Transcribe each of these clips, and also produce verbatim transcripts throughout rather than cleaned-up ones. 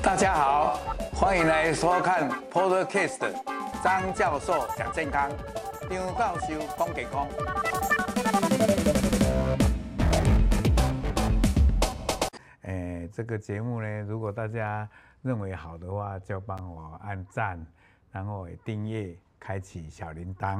大家好，欢迎来收看 Podcast 张教授讲健康，张教授讲健康。诶，这个节目呢，如果大家认为好的话，就帮我按赞，然后也订阅，开启小铃铛。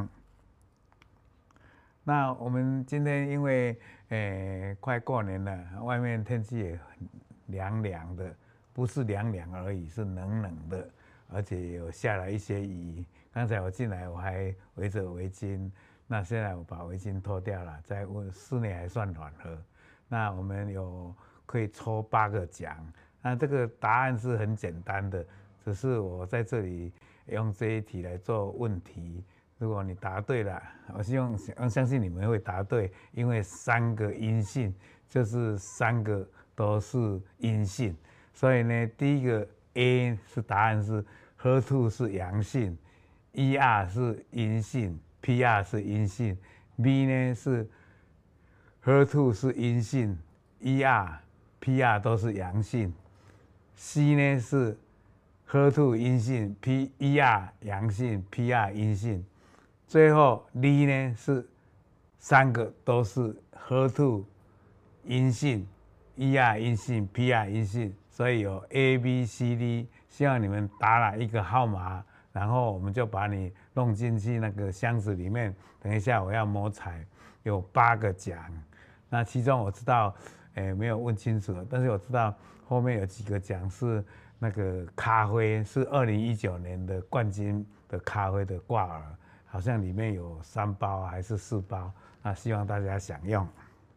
那我们今天因为诶快过年了，外面天气也很凉凉的。不是凉凉而已，是冷冷的，而且有下来一些雨。刚才我进来，我还围着围巾，那现在我把围巾脱掉了，在室内还算暖和。那我们有可以抽八个奖，那这个答案是很简单的，只是我在这里用这一题来做问题。如果你答对了，我希望我相信你们会答对，因为三个阴性就是三个都是阴性。所以呢，第一个 A 是答案是 H 二 是阳性 ，E R 是阴性 ，P R 是阴性 ，B 呢是 H 二 是阴性 ，E R、P R 都是阳性 ，C 呢是 H 二 阴性 ，P E R 阳性 ，P R 阴性，最后 D 呢是三个都是 H 二 阴性 ，E R 阴性 ，P R 阴性。所以有 A、B、C、D， 希望你们打了一个号码，然后我们就把你弄进去那个箱子里面。等一下我要摸彩，有八个奖。那其中我知道，诶没有问清楚，但是我知道后面有几个奖是那个咖啡，是二零一九年的冠军的咖啡的挂耳，好像里面有三包还是四包，那希望大家享用。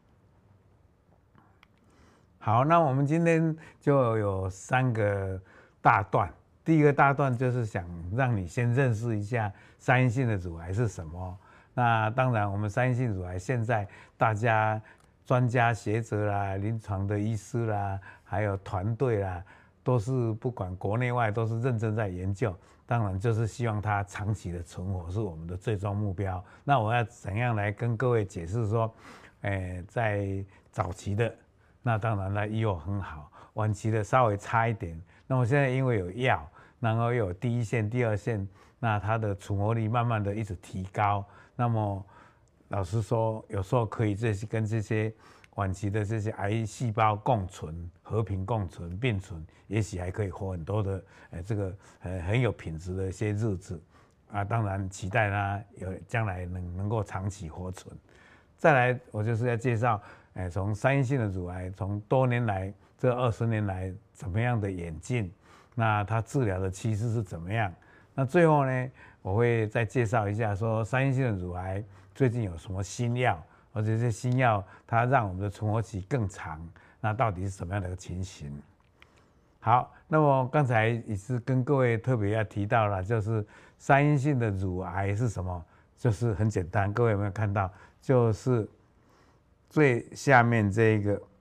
好，那我们今天就有三个大段。第一个大段就是想让你先认识一下三阴性的乳癌是什么。那当然，我们三阴性乳癌现在大家专家学者啦、临床的医师啦，还有团队啦，都是不管国内外都是认真在研究。当然，就是希望它长期的存活是我们的最终目标。那我要怎样来跟各位解释说，诶，在早期的。那当然了，医药很好，晚期的稍微差一点。那我现在因为有药，然后又有第一线、第二线，那它的存活率慢慢的一直提高。那么老实说，有时候可以这些跟这些晚期的这些癌细胞共存、和平共存、并存，也许还可以活很多的，呃，这个呃很有品质的一些日子啊。当然期待它有将来能能够长期活存。再来，我就是要介绍。哎，从三阴性的乳癌，从多年来这二十年来怎么样的演进，那它治疗的趋势是怎么样？那最后呢，我会再介绍一下说三阴性的乳癌最近有什么新药，而且这些新药它让我们的存活期更长，那到底是什么样的一个情形？好，那么刚才也是跟各位特别要提到了，就是三阴性的乳癌是什么？就是很简单，各位有没有看到？就是最下面这一个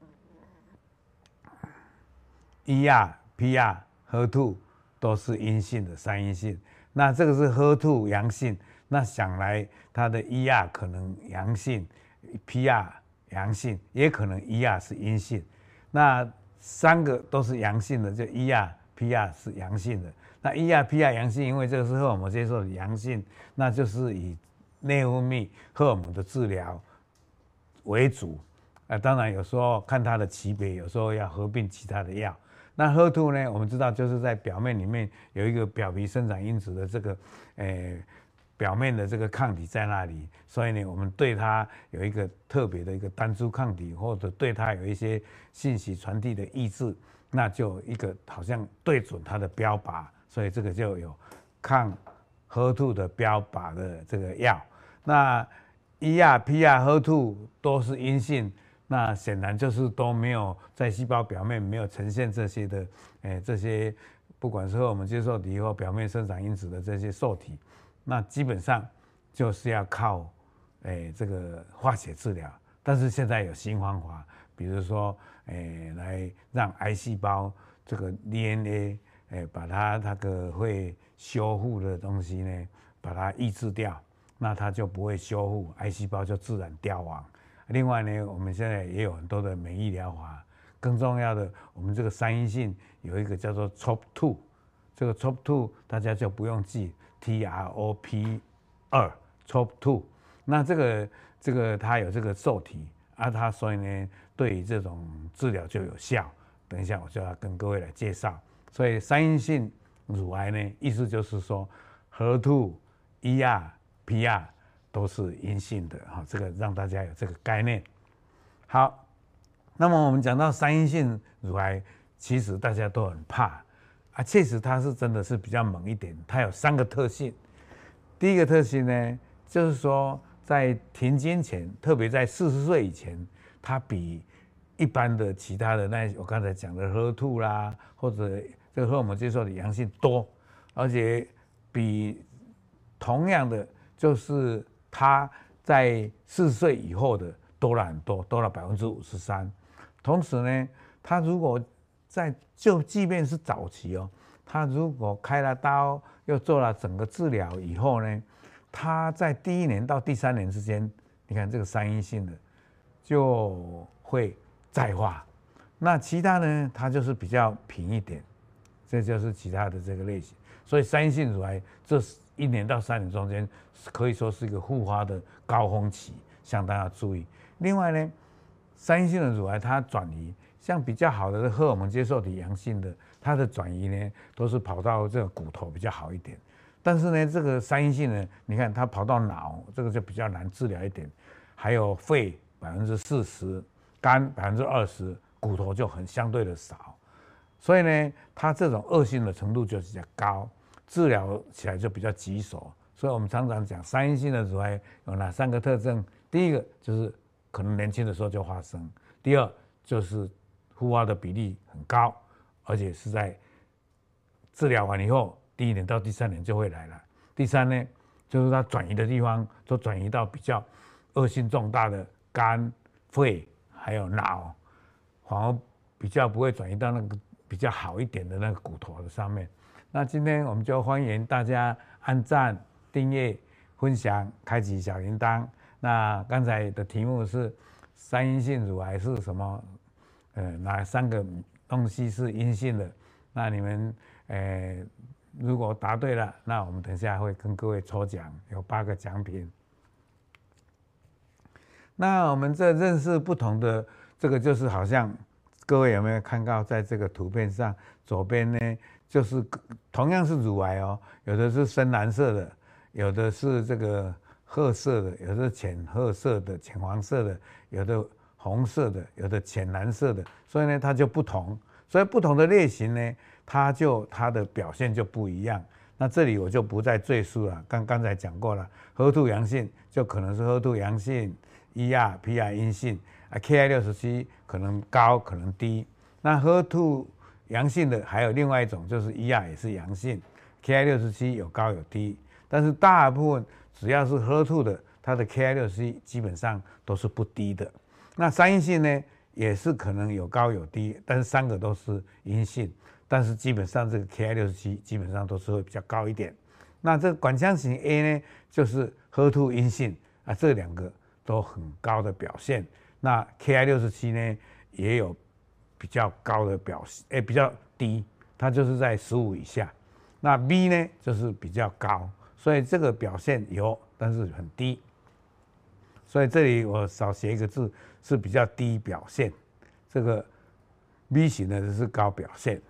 E R、P R、H 二 都是阴性的三阴性，那这个是 H 二 阳性，那想来它的 E R 可能阳性 ，P R 阳性，也可能 E R 是阴性，那三个都是阳性的，就 E R、P R 是阳性的。那 E R、P R 阳性，因为这个是荷尔蒙接受的阳性，那就是以内分泌荷尔蒙的治疗为主，啊，当然有时候看它的级别，有时候要合并其他的药。那 H 二 呢，我们知道就是在表面里面有一个表皮生长因子的这个，呃，表面的这个抗体在那里，所以呢，我们对它有一个特别的一个单株抗体，或者对它有一些信息传递的抑制，那就有一个好像对准它的标靶，所以这个就有抗 H 二 的标靶的这个药。那E R、P R、H 二 都是阴性，那显然就是都没有在细胞表面没有呈现这些的，诶，这些不管是荷尔蒙接受体或表面生长因子的这些受体，那基本上就是要靠，诶，这个化学治疗。但是现在有新方法，比如说，诶，来让癌细胞这个 D N A，诶，把它那个会修复的东西呢，把它抑制掉。那它就不会修复，癌细胞就自然凋亡。另外呢，我们现在也有很多的免疫疗法更重要的，我们这个三阴性有一个叫做 T O P 二，这个 T O P 二大家就不用记 T R O P 二 T O P 二，那这个这个它有这个受体啊，它所以呢对于这种治疗就有效。等一下我就要跟各位来介绍。所以三阴性乳癌呢，意思就是说 H E R 二 E R P R 都是阴性的哈，这个让大家有这个概念。好，那么我们讲到三阴性乳癌，其实大家都很怕啊，确实它是真的是比较猛一点，它有三个特性。第一个特性呢，就是说在停经前，特别在四十岁以前，它比一般的其他的那我刚才讲的 H E R 二 啦，或者这个荷尔蒙接受的阳性多，而且比同样的就是它在四十岁以后的多了很多，多了百分之五十三。同时呢，它如果在就即便是早期哦，它如果开了刀又做了整个治疗以后呢，它在第一年到第三年之间，你看这个三阴性的就会再化。那其他呢，它就是比较平一点，这就是其他的这个类型。所以三阴性乳癌这一年到三年中间，可以说是一个复发的高峰期，相当要注意。另外呢，三阴性的乳癌它转移，像比较好的荷尔蒙接受体阳性的，它的转移呢都是跑到这个骨头比较好一点。但是呢，这个三阴性呢，你看它跑到脑，这个就比较难治疗一点。还有肺百分之四十，肝百分之二十，骨头就很相对的少。所以呢，它这种恶性的程度就比较高，治疗起来就比较棘手。所以我们常常讲三阴性的乳癌有哪三个特征？第一个就是可能年轻的时候就发生，第二就是复发的比例很高，而且是在治疗完以后第一年到第三年就会来了。第三呢，就是它转移的地方都转移到比较恶性重大的肝、肺还有脑，反而比较不会转移到那个比较好一点的那个骨头的上面。那今天我们就欢迎大家按赞、订阅、分享、开启小铃铛。那刚才的题目是三阴性乳癌是什么？呃，哪三个东西是阴性的？那你们呃如果答对了，那我们等一下会跟各位抽奖，有八个奖品。那我们这认识不同的这个，就是好像各位有没有看到，在这个图片上左边呢，就是同样是乳癌哦，有的是深蓝色的，有的是这个褐色的，有的是浅褐色的、浅黄色的，有的红色的，有的浅蓝色的，所以呢它就不同，所以不同的类型呢，它就它的表现就不一样。那这里我就不再赘述了，刚刚才讲过了 ，H E R 二 阳性就可能是 H E R 二 阳性 ，E R P R 阴性啊 ，K I 六十七可能高可能低。那 H E R 二 阳性的还有另外一种，就是 E R 也是阳性 ，K I 六十七有高有低，但是大部分只要是 H E R 二 的，它的 K I 六十七基本上都是不低的。那三阴性呢，也是可能有高有低，但是三个都是阴性，但是基本上这个 K I 六十七基本上都是会比较高一点。那这个管腔型 A 呢，就是 H E R 二 阴性啊，这两个都很高的表现。那 K I 六十七呢，也有比较高的表现，诶，比较低，它就是在十五以下。那 B 呢，就是比较高，所以这个表现有，但是很低。所以这里我少写一个字，是比较低表现。这个 B 型的是高表现。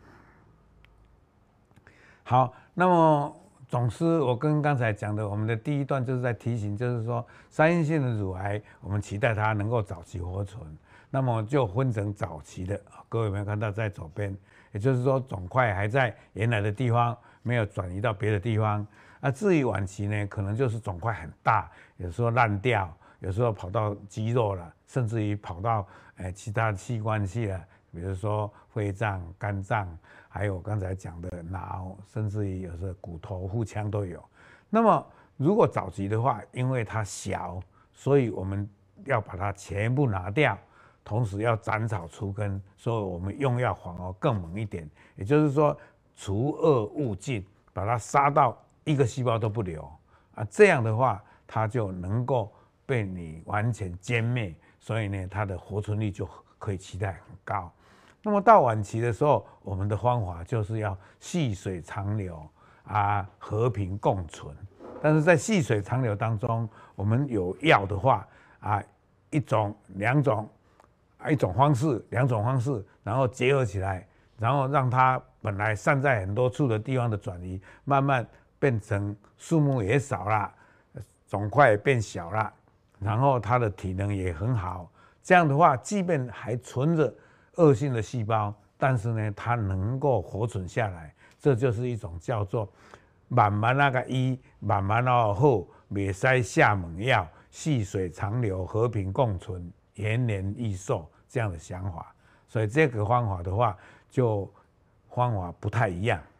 好，那么总之我跟刚才讲的，我们的第一段就是在提醒，就是说三阴性的乳癌，我们期待它能够早期活存。那么就分成早期的，各位有没有看到在左边？也就是说肿块还在原来的地方，没有转移到别的地方。啊，至于晚期呢，可能就是肿块很大，有时候烂掉。有时候跑到肌肉了，甚至于跑到呃其他器官去了，比如说肺脏、肝脏，还有我刚才讲的脑，甚至于有时候骨头、腹腔都有。那么如果早期的话，因为它小，所以我们要把它全部拿掉，同时要斩草除根，所以我们用药反而更猛一点，也就是说除恶务尽，把它杀到一个细胞都不留啊，这样的话它就能够被你完全歼灭，所以呢，它的活存率就可以期待很高。 那么到晚期的时候，我们的方法就是要细水长流啊，和平共存。但是在细水长流当中，我们有药的话啊，一种、两种，一种方式、两种方式，然后结合起来，然后让它本来散在很多处的地方的转移，慢慢变成数目也少了，肿块也变小了，然后它的体能也很好。这样的话，即便还存着恶性的细胞，但是呢，它能够活存下来，这就是一种叫做慢慢那个医，慢慢哦好，袂使下猛药，细水长流，和平共存，延年益寿这样的想法。所以这个方法的话，就方法不太一样。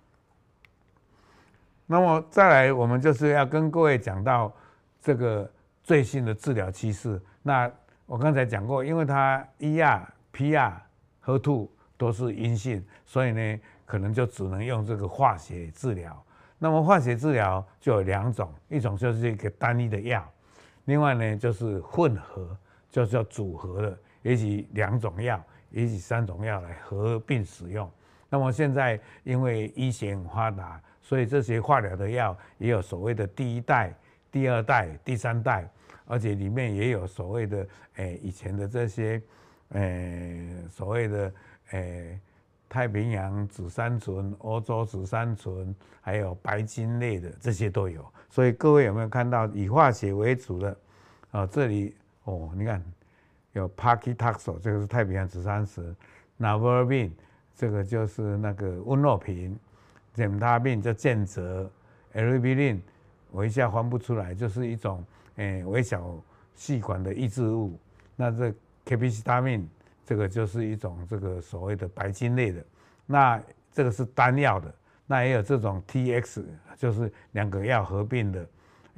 那么再来，我们就是要跟各位讲到这个最新的治疗趋势。那我刚才讲过，因为它 E R、P R、H E R 都是阴性，所以呢，可能就只能用这个化学治疗。那么化学治疗就有两种，一种就是一个单一的药，另外呢就是混合，就叫组合的，也许两种药，也许三种药来合并使用。那么现在因为医学很发达，所以这些化疗的药也有所谓的第一代、第二代、第三代，而且里面也有所谓的诶以前的这些诶所谓的诶。太平洋紫杉醇、欧洲紫杉醇，还有白金类的这些都有。所以各位有没有看到以化学为主的？啊，这里哦，你看有 Paclitaxel， 这个是太平洋紫杉醇 ，Navarvin 这个就是那个温诺平 ，Gemtabin 叫健泽 ，Eribulin 我一下翻不出来，就是一种诶、欸、微小细管的抑制物。那这 Capecitabine。这个就是一种这个所谓的白金类的，那这个是单药的，那也有这种 T X， 就是两个药合并的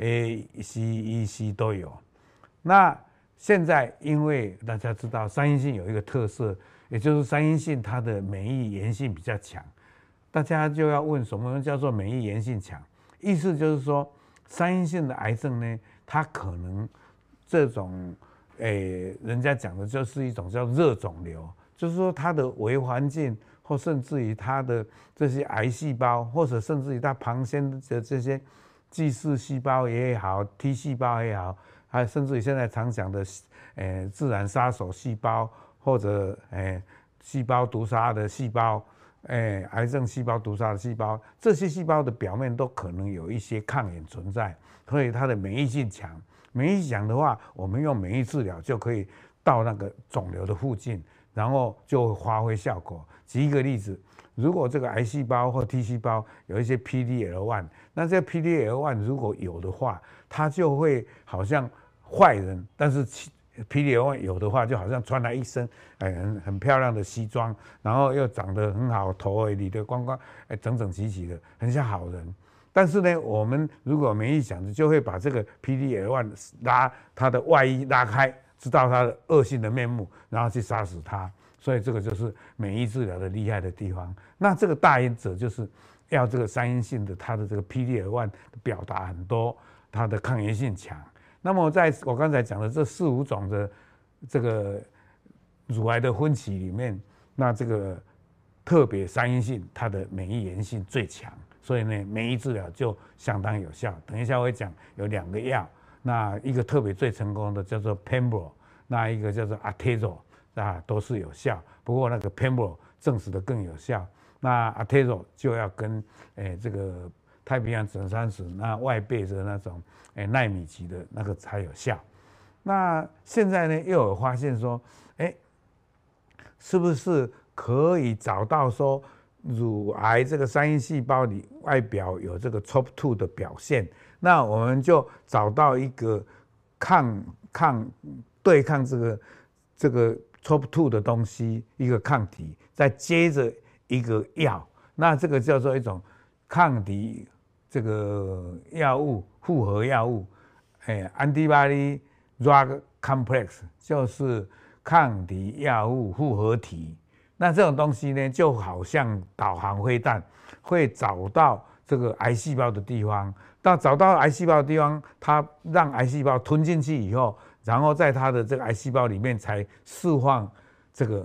，A、C、E、C 都有。那现在因为大家知道三阴性有一个特色，也就是三阴性它的免疫炎性比较强，大家就要问什么叫做免疫炎性强？意思就是说三阴性的癌症呢，它可能这种。诶，人家讲的就是一种叫热肿瘤，就是说它的微环境，或甚至于它的这些癌细胞，或者甚至于它旁边的这些巨噬细胞也好 ，T 细胞也好，还甚至于现在常讲的诶自然杀手细胞，或者诶细胞毒杀的细胞，诶癌症细胞毒杀的细胞，这些细胞的表面都可能有一些抗原存在，所以它的免疫性强。免疫强的话，我们用免疫治疗就可以到那个肿瘤的附近，然后就会发挥效果。举一个例子，如果这个癌细胞或 T 细胞有一些 P D L 一， 那这 P D L 一 如果有的话，它就会好像坏人，但是 P D L 一 有的话，就好像穿了一身很很漂亮的西装，然后又长得很好，头也理得光光，整整齐齐的，很像好人。但是呢，我们如果免疫强，就会把这个 P D L 一 拉它的外衣拉开，知道它的恶性的面目，然后去杀死它。所以这个就是免疫治疗的厉害的地方。那这个大原则就是要这个三阴性的，它的这个 P D L 一 表达很多，它的抗原性强。那么在我刚才讲的这四五种的这个乳癌的分期里面，那这个特别三阴性，它的免疫炎性最强。所以呢，免疫治疗就相当有效。等一下我会讲有两个药，那一个特别最成功的叫做 Pembro， 那一个叫做 Atezo， 啊，都是有效。不过那个 Pembro 证实的更有效，那 Atezo 就要跟诶这个太平洋紫杉醇那外背的那种诶奈米级的那个才有效。那现在呢又有发现说，哎，是不是可以找到说？乳癌这个三阴细胞里外表有这个 T O P 二 的表现，那我们就找到一个抗抗对抗这个这个 T O P 二 的东西，一个抗体，再接着一个药，那这个叫做一种抗体这个药物复合药物，哎 ，antibody drug complex 就是抗体药物复合体。那这种东西呢，就好像导航飞弹，会找到这个癌细胞的地方。到找到癌细胞的地方，它让癌细胞吞进去以后，然后在它的这个癌细胞里面才释放这个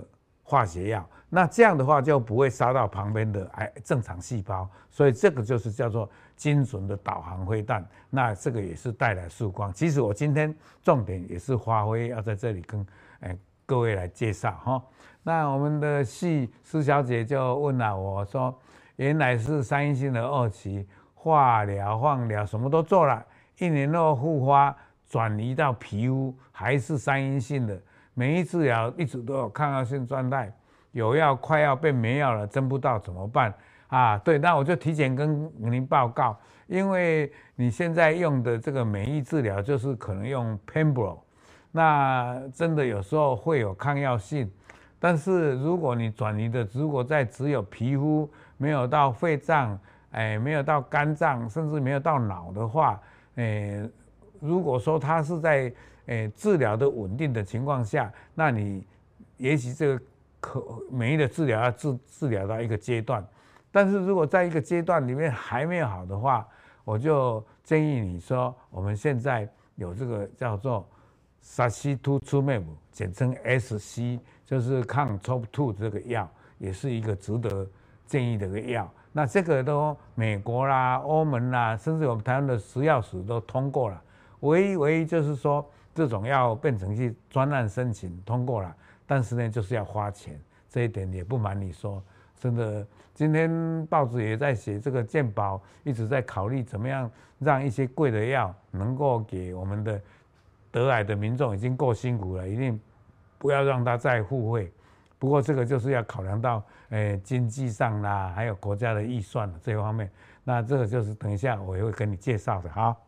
化学药，那这样的话就不会杀到旁边的癌正常细胞，所以这个就是叫做精准的导航飞弹。那这个也是带来曙光。其实我今天重点也是发挥要在这里跟哎各位来介绍哈。那我们的系施小姐就问了我说，原来是三阴性的二期，化疗、放疗什么都做了，一年后复发转移到皮肤，还是三阴性的。免疫治疗一直都有抗药性状态，有药快要变没药了，争不到怎么办啊？对，那我就提前跟您报告，因为你现在用的这个免疫治疗就是可能用 Pembro， 那真的有时候会有抗药性，但是如果你转移的如果在只有皮肤，没有到肺脏，哎，没有到肝脏，甚至没有到脑的话，哎，如果说它是在诶，治疗的稳定的情况下，那你也许这个可免疫的治疗要治治疗到一个阶段，但是如果在一个阶段里面还没有好的话，我就建议你说，我们现在有这个叫做 Sacituzumab， 简称 S C， 就是抗 C O P 二 这个药，也是一个值得建议的一个药。那这个都美国啦、欧盟啦，甚至我们台湾的食药署都通过了，唯一唯一就是说。这种要变成去专案申请通过了，但是呢，就是要花钱，这一点也不瞒你说，真的，今天报纸也在写这个健保，一直在考虑怎么样让一些贵的药能够给我们的得癌的民众，已经够辛苦了，一定不要让他再付费。不过这个就是要考量到，呃，经济上啦，还有国家的预算这一方面，那这个就是等一下我也会跟你介绍的，好，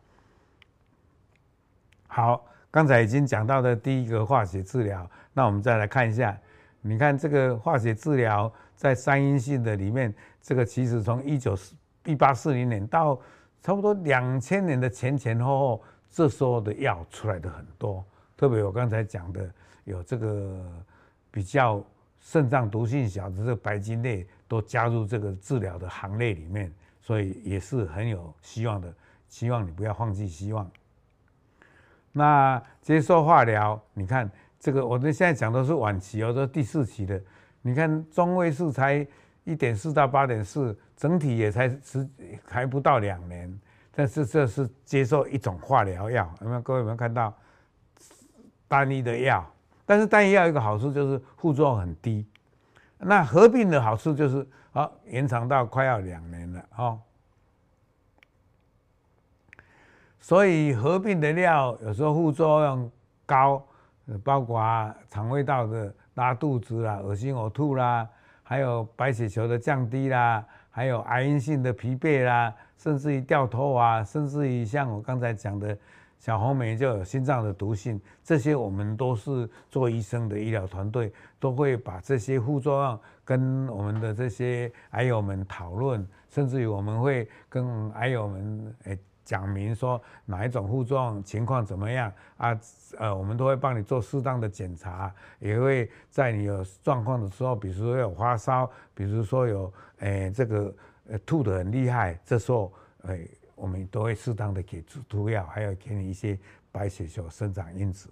好。刚才已经讲到的第一个化学治疗，那我们再来看一下。你看这个化学治疗在三阴性的里面，这个其实从一九一八四零年到差不多两千年的前前后后，这时候的药出来的很多。特别我刚才讲的，有这个比较肾脏毒性小的这个白金类，都加入这个治疗的行列里面，所以也是很有希望的。希望你不要放弃希望。那接受化疗，你看这个，我们现在讲的是晚期哦，都是第四期的。你看中位数才 一点四 到 八点四， 整体也才十还不到两年。但是这是接受一种化疗药，有没有？各位有没有看到单一的药？但是单一药有一个好处就是副作用很低。那合并的好处就是啊，延长到快要两年了哦。所以合并的药有时候副作用高，包括肠胃道的拉肚子啦、恶心呕吐啦，还有白血球的降低啦，还有癌因性的疲惫啦，甚至于掉头发，甚至于像我刚才讲的小红莓就有心脏的毒性，这些我们都是做医生的医疗团队都会把这些副作用跟我们的这些癌友们讨论，甚至于我们会跟癌友们诶。讲明说哪一种副作用情况怎么样啊？呃，我们都会帮你做适当的检查，也会在你有状况的时候，比如说有发烧，比如说有诶、呃、这个呃吐得很厉害，这时候诶、呃、我们都会适当的给涂药，还有给你一些白血球生长因子。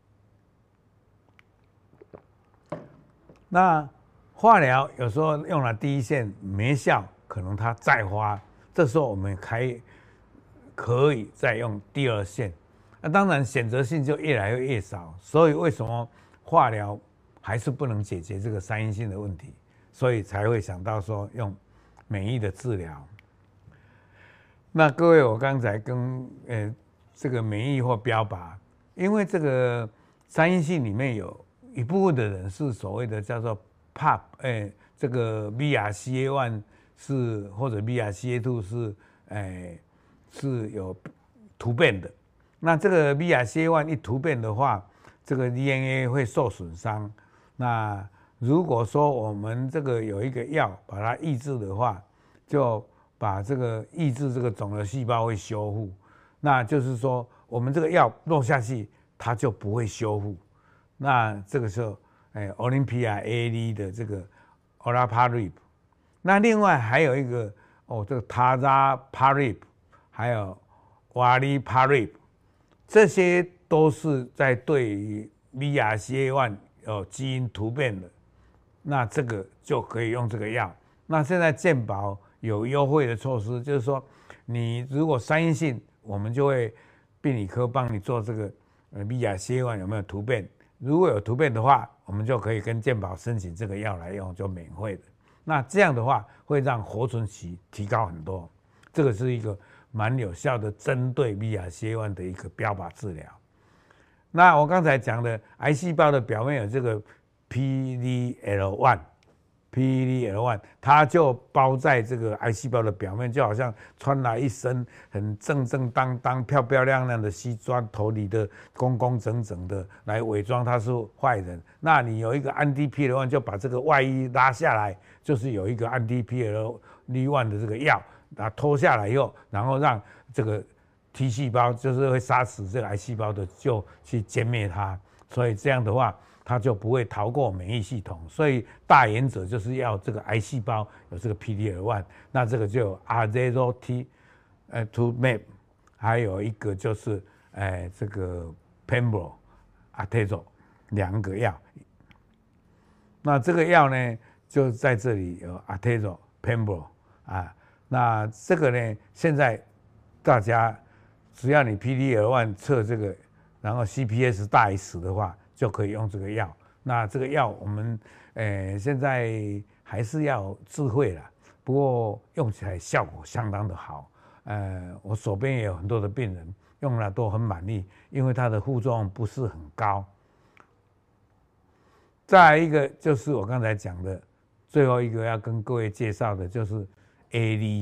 那化疗有时候用了第一线没效，可能它再发，这时候我们可以。可以再用第二线，那当然选择性就越来越少，所以为什么化疗还是不能解决这个三阴性的问题？所以才会想到说用免疫的治疗。那各位，我刚才跟呃这个免疫或标靶，因为这个三阴性里面有一部分的人是所谓的叫做 P A P， 哎，这个 B R C A 一 是或者 B R C A 二 是哎。是有突变的，那这个 B R C A 一 一突变的话，这个 D N A 会受损伤。那如果说我们这个有一个药把它抑制的话，就把这个抑制这个肿瘤细胞会修复。那就是说，我们这个药落下去，它就不会修复。那这个时候，哎 ，Olympia A D 的这个 Olaparib， 那另外还有一个哦，这个 Tazaraparib。还有瓦利帕瑞，这些都是在对于 B R C A 一 有基因突变的， 那这个就可以用这个药。那现在健保有优惠的措施，就是说你如果三阴性，我们就会病理科帮你做这个呃 B R C A 一 有没有突变，如果有突变的话，我们就可以跟健保申请这个药来用，就免费的。那这样的话会让活存期提高很多，这个是一个蛮有效的针对 B R C A 一 的一个标靶治疗。那我刚才讲的癌细胞的表面有这个 P D L 一P D L 一 它就包在这个癌细胞的表面，就好像穿了一身很正正当当、漂漂亮亮的西装，头理的工工整整的，来伪装他是坏人。那你有一个 anti P D L 一 就把这个外衣拉下来，就是有一个 anti P D L 一 的这个药，把它脱下来以后，然后让这个 T 细胞就是会杀死这个癌细胞的，就去歼灭它。所以这样的话，它就不会逃过免疫系统，所以大原则就是要这个癌细胞有这个 P D L 一，那这个就有 Azetukalner 呃 Tumab， 还有一个就是呃这个 Pembro、Atezo 两个药。那这个药呢，就在这里有 Atezo、Pembro 啊，那这个呢，现在大家只要你 P D L 一 测这个，然后 C P S 大于十的话，就可以用这个药。那这个药我们呃现在还是要智慧啦，不过用起来效果相当的好。呃，我手边也有很多的病人用了都很满意，因为它的副作用不是很高。再来一个就是我刚才讲的，最后一个要跟各位介绍的就是 A D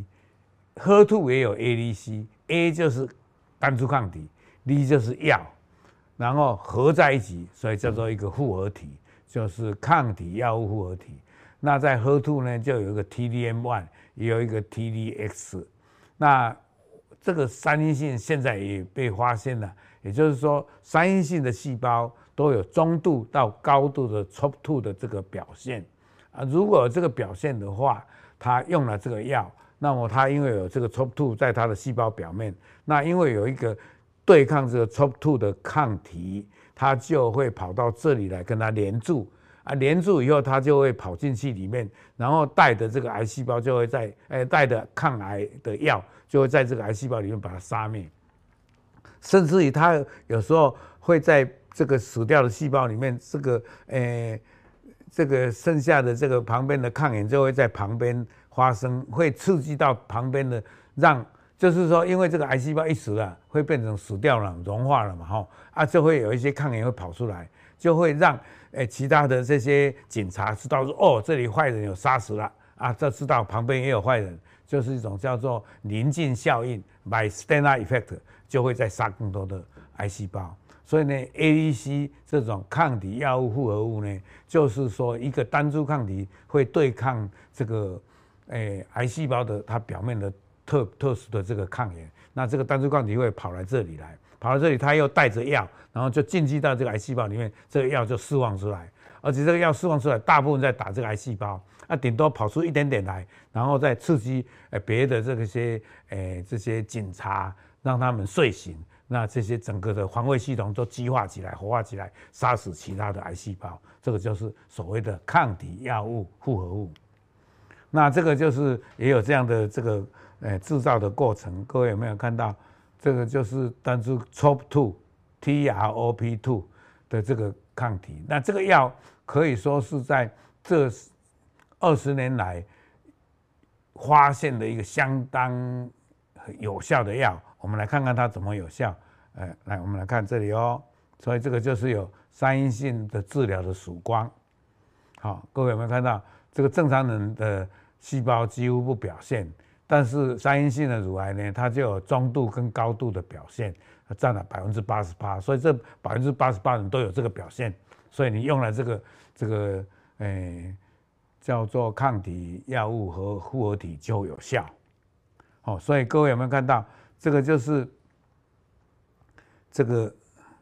C。H E R 二 也有 A D C，A 就是单株抗体 ，D 就是药。然后合在一起，所以叫做一个复合体，就是抗体药物复合体。那在 H E R 二 呢，就有一个 T D M 一，也有一个 T D X。那这个三阴性现在也被发现了，也就是说，三阴性的细胞都有中度到高度的 C O P 二 的这个表现啊。如果有这个表现的话，它用了这个药，那么它因为有这个 C O P 二 在它的细胞表面，那因为有一个对抗这个 C O P 二 的抗体，它就会跑到这里来跟它连住啊，连住以后它就会跑进去里面，然后带的这个癌细胞就会在，呃，带的抗癌的药就会在这个癌细胞里面把它杀灭，甚至于它有时候会在这个死掉的细胞里面，这个，呃，这个剩下的这个旁边的抗原就会在旁边发生，会刺激到旁边的，让。就是说，因为这个癌细胞一死了，会变成死掉了、融化了嘛，哈啊，就会有一些抗原会跑出来，就会让诶其他的这些警察知道说，哦，这里坏人有杀死了啊，就知道旁边也有坏人，就是一种叫做临近效应 （bystander effect），就会再杀更多的癌细胞。所以呢 ，A D C 这种抗体药物复合物呢，就是说一个单株抗体会对抗这个诶癌细胞的它表面的。特特殊的这个抗原，那这个单株抗体会跑来这里来，跑到这里，它又带着药，然后就进去到这个癌细胞里面，这个药就释放出来，而且这个药释放出来，大部分在打这个癌细胞，啊，顶多跑出一点点来，然后再刺激呃别的这些呃这些警察，让他们睡醒，那这些整个的防卫系统都激化起来、活化起来，杀死其他的癌细胞，这个就是所谓的抗体药物复合物。那这个就是也有这样的这个。呃，制造的过程，各位有没有看到？这个就是单株 C O P 二 T R O P 二 的这个抗体。那这个药可以说是在这二十年来发现的一个相当有效的药。我们来看看它怎么有效。呃，来，我们来看这里哦。所以这个就是有三阴性的治疗的曙光。好，各位有没有看到？这个正常人的细胞几乎不表现。但是三阴性的乳癌呢，它就有中度跟高度的表现，占了百分之八十八，所以这百分之八十八人都有这个表现，所以你用了这个这个诶叫做抗体药物和复合体就有效。哦，所以各位有没有看到这个就是这个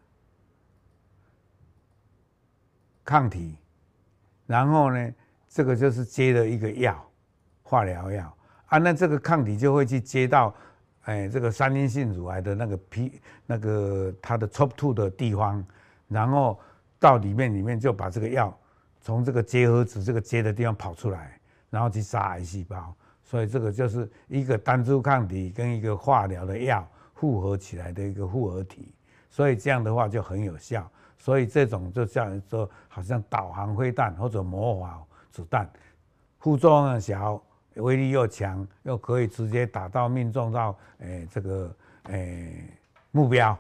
抗体，然后呢，这个就是接了一个药，化疗药。啊，那这个抗体就会去接到，哎，这个三阴性乳癌的那个 P 那个它的 C O P 二 的地方，然后到里面里面就把这个药从这个结合子这个结的地方跑出来，然后去杀癌细胞。所以这个就是一个单株抗体跟一个化疗的药复合起来的一个复合体，所以这样的话就很有效。所以这种就像说，好像导航飞弹或者魔法子弹，副作用小，威力又强，又可以直接打到命中到诶、欸、这个诶、欸、目标。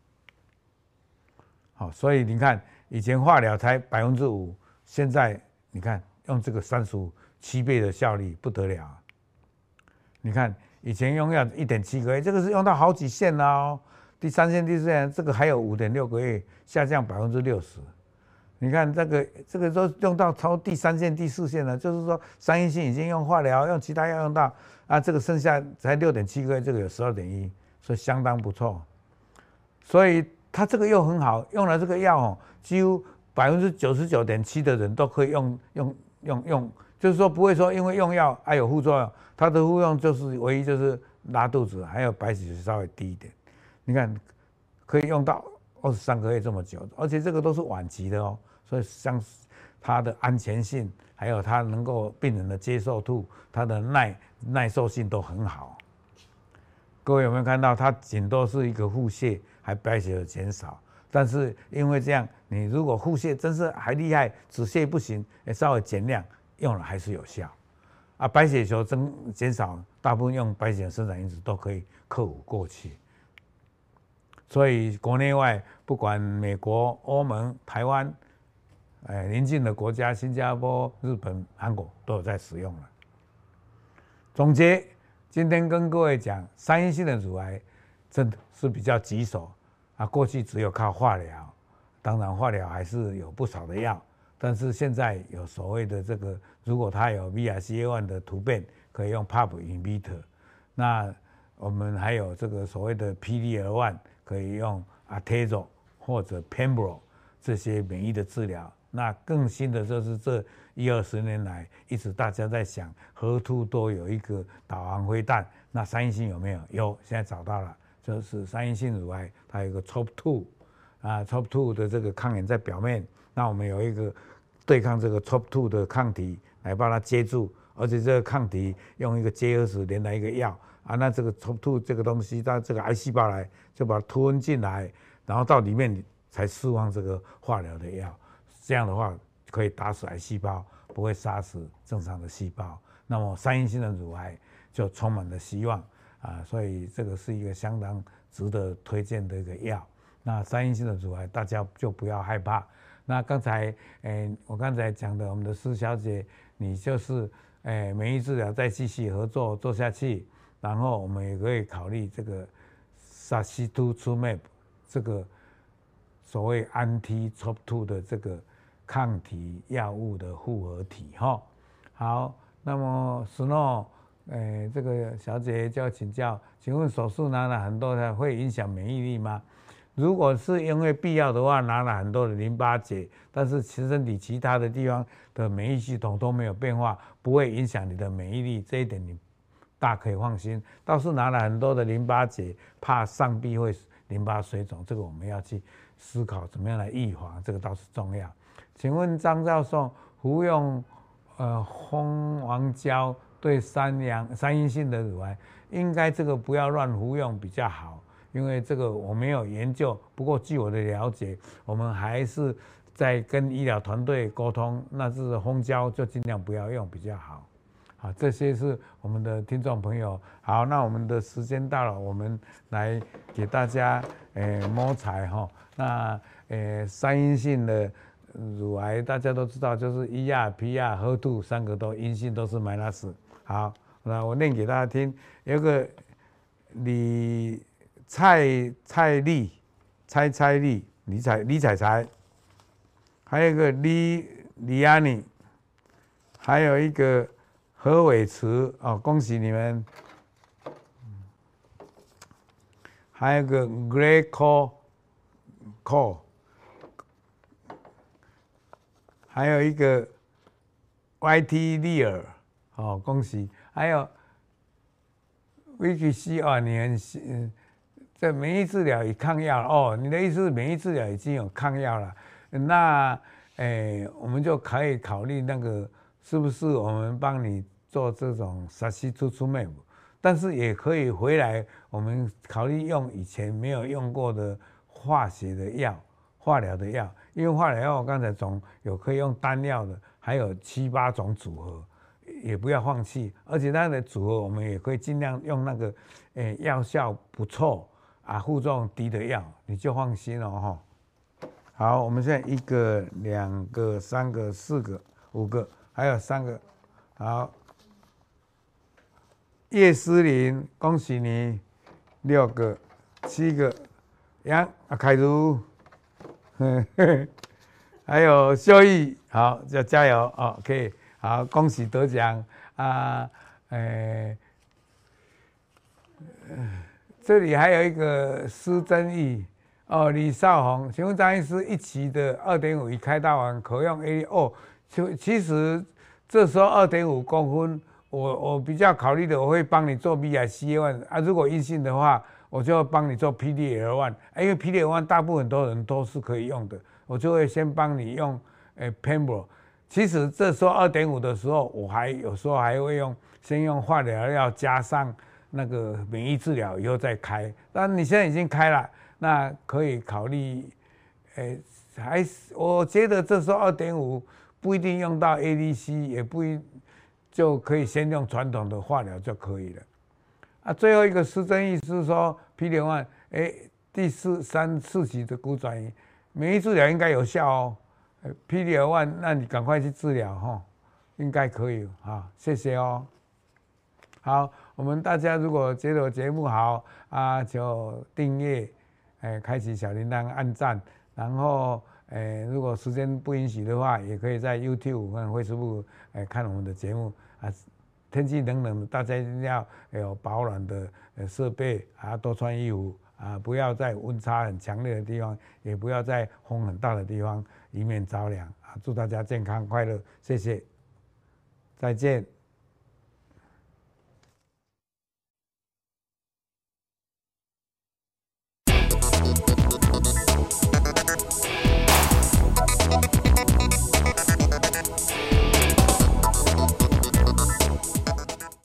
好，所以你看，以前化疗才百分之五，现在你看用这个三十五七倍的效率不得了、啊。你看以前用药一点七个月，这个是用到好几线了哦。第三线、第四线，这个还有五点六个月，下降百分之六十。你看这个这个都用到超第三线、第四线了，就是说三阴性已经用化疗，用其他药用到啊，这个剩下才六点七个月，这个有十二点一，所以相当不错。所以它这个又很好，用了这个药哦，几乎百分之九十九点七的人都可以用用用用，就是说不会说因为用药还有副作用，它的副作用就是唯一就是拉肚子，还有白血球稍微低一点。你看可以用到二十三个月这么久，而且这个都是晚期的哦。所以像它的安全性，还有它能够病人的接受度，它的耐耐受性都很好。各位有没有看到，它顶多是一个腹泻，还白血球减少，但是因为这样，你如果腹泻真是还厉害，止泻不行，稍微减量用了还是有效。啊，白血球增减少，大部分用白血球生长因子都可以克服过去。所以国内外不管美国、欧盟、台湾。哎，邻近的国家，新加坡、日本、韩国都有在使用了。总结，今天跟各位讲，三阴性的乳癌真的是比较棘手啊。过去只有靠化疗，当然化疗还是有不少的药，但是现在有所谓的这个，如果它有 B R C A 一 的突变，可以用 P A R P inhibitor。那我们还有这个所谓的 P D L 一，可以用 Atezo 或者 Pembro 这些免疫的治疗。那更新的就是这一二十年来，一直大家在想，河兔都有一个导航飞弹，那三阴性有没有？有，现在找到了，就是三阴性乳癌，它有一个 T O P 二 啊 ，T O P 二的这个抗原在表面，那我们有一个对抗这个 T O P 二的抗体来把它接住，而且这个抗体用一个结合子连来一个药啊，那这个 T O P 二这个东西，它这个癌细胞来就把它吞进来，然后到里面才释放这个化疗的药。这样的话可以打死癌细胞，不会杀死正常的细胞。那么三阴性的乳癌就充满了希望啊，所以这个是一个相当值得推荐的一个药。那三阴性的乳癌大家就不要害怕。那刚才诶，我刚才讲的我们的施小姐，你就是诶免疫治疗再继续合作做下去，然后我们也可以考虑这个 Sacituzumab 这个所谓 anti T O P 二 的这个抗体药物的复合体哈。好，那么 Snow， 诶，这个小姐就要请教，请问手术拿了很多的会影响免疫力吗？如果是因为必要的话，拿了很多的淋巴结，但是其实身体其他的地方的免疫系统都没有变化，不会影响你的免疫力，这一点你大可以放心。倒是拿了很多的淋巴结，怕上臂会淋巴水肿，这个我们要去思考怎么样来预防，这个倒是重要。请问张教授，服用呃蜂王胶对三阳三阴性的乳癌，应该这个不要乱服用比较好，因为这个我没有研究。不过据我的了解，我们还是在跟医疗团队沟通，那是蜂胶就尽量不要用比较好。好，这些是我们的听众朋友。好，那我们的时间到了，我们来给大家诶摸彩哈。那诶三阴性的乳癌大家都知道，就是 E R、P R、H E R 二 三个都阴性，都是 minus。好，那我念给大家听。有个李蔡蔡丽、蔡蔡丽、李彩李彩彩，还有一个李李安妮，还有一个何伟慈哦，恭喜你们！还有一个 Grey Cole Cole。还有一个 Y T 利尔，哦，恭喜！还有 Vicky C 哦，你很嗯，这免疫治疗与抗药哦，你的意思是免疫治疗已经有抗药了？那诶，我们就可以考虑那个是不是我们帮你做这种沙西突出妹，但是也可以回来，我们考虑用以前没有用过的化学的药、化疗的药，因为化疗药我刚才总有可以用单药的，还有七八种组合，也不要放弃，而且它的组合我们也可以尽量用那个，诶，药效不错啊，副作用低的药，你就放心了哈。好，我们现在一个、两个、三个、四个、五个，还有三个。好，叶思玲，恭喜你，六个、七个。杨啊，凯如，还有秀义，好，要加油哦 ，OK， 好，恭喜得奖啊，诶、呃，这里还有一个施真义。哦，李少红，请问张医师，一期的二点五已开刀完，可用 A 哦？其其实这时候二点五公分，我我比较考虑的，我会帮你做 B I C A 一啊，如果阴性的话，我就帮你做 P D L 一，因为 P D L 一大部分多人都是可以用的，我就会先帮你用诶 Pembro。其实这时候二点五的时候，我还有时候还会用先用化疗药加上那个免疫治疗，以后再开。但你现在已经开了。那可以考虑，诶，还是我觉得这时候二点五不一定用到 A D C， 也不一就可以先用传统的化疗就可以了。啊，最后一个施真义是说 P D L 一，哎，第四三四期的骨转移，免疫治疗应该有效哦。P D L 一，那你赶快去治疗哈，应该可以哈，谢谢哦。好，我们大家如果觉得我节目好啊，就订阅。哎，开启小铃铛，按赞，然后，哎，如果时间不允许的话，也可以在 YouTube 和 Facebook 哎看我们的节目啊。天气冷冷的，大家一定要有保暖的设备啊，多穿衣服啊，不要在温差很强烈的地方，也不要在风很大的地方，以免着凉啊。祝大家健康快乐，谢谢，再见。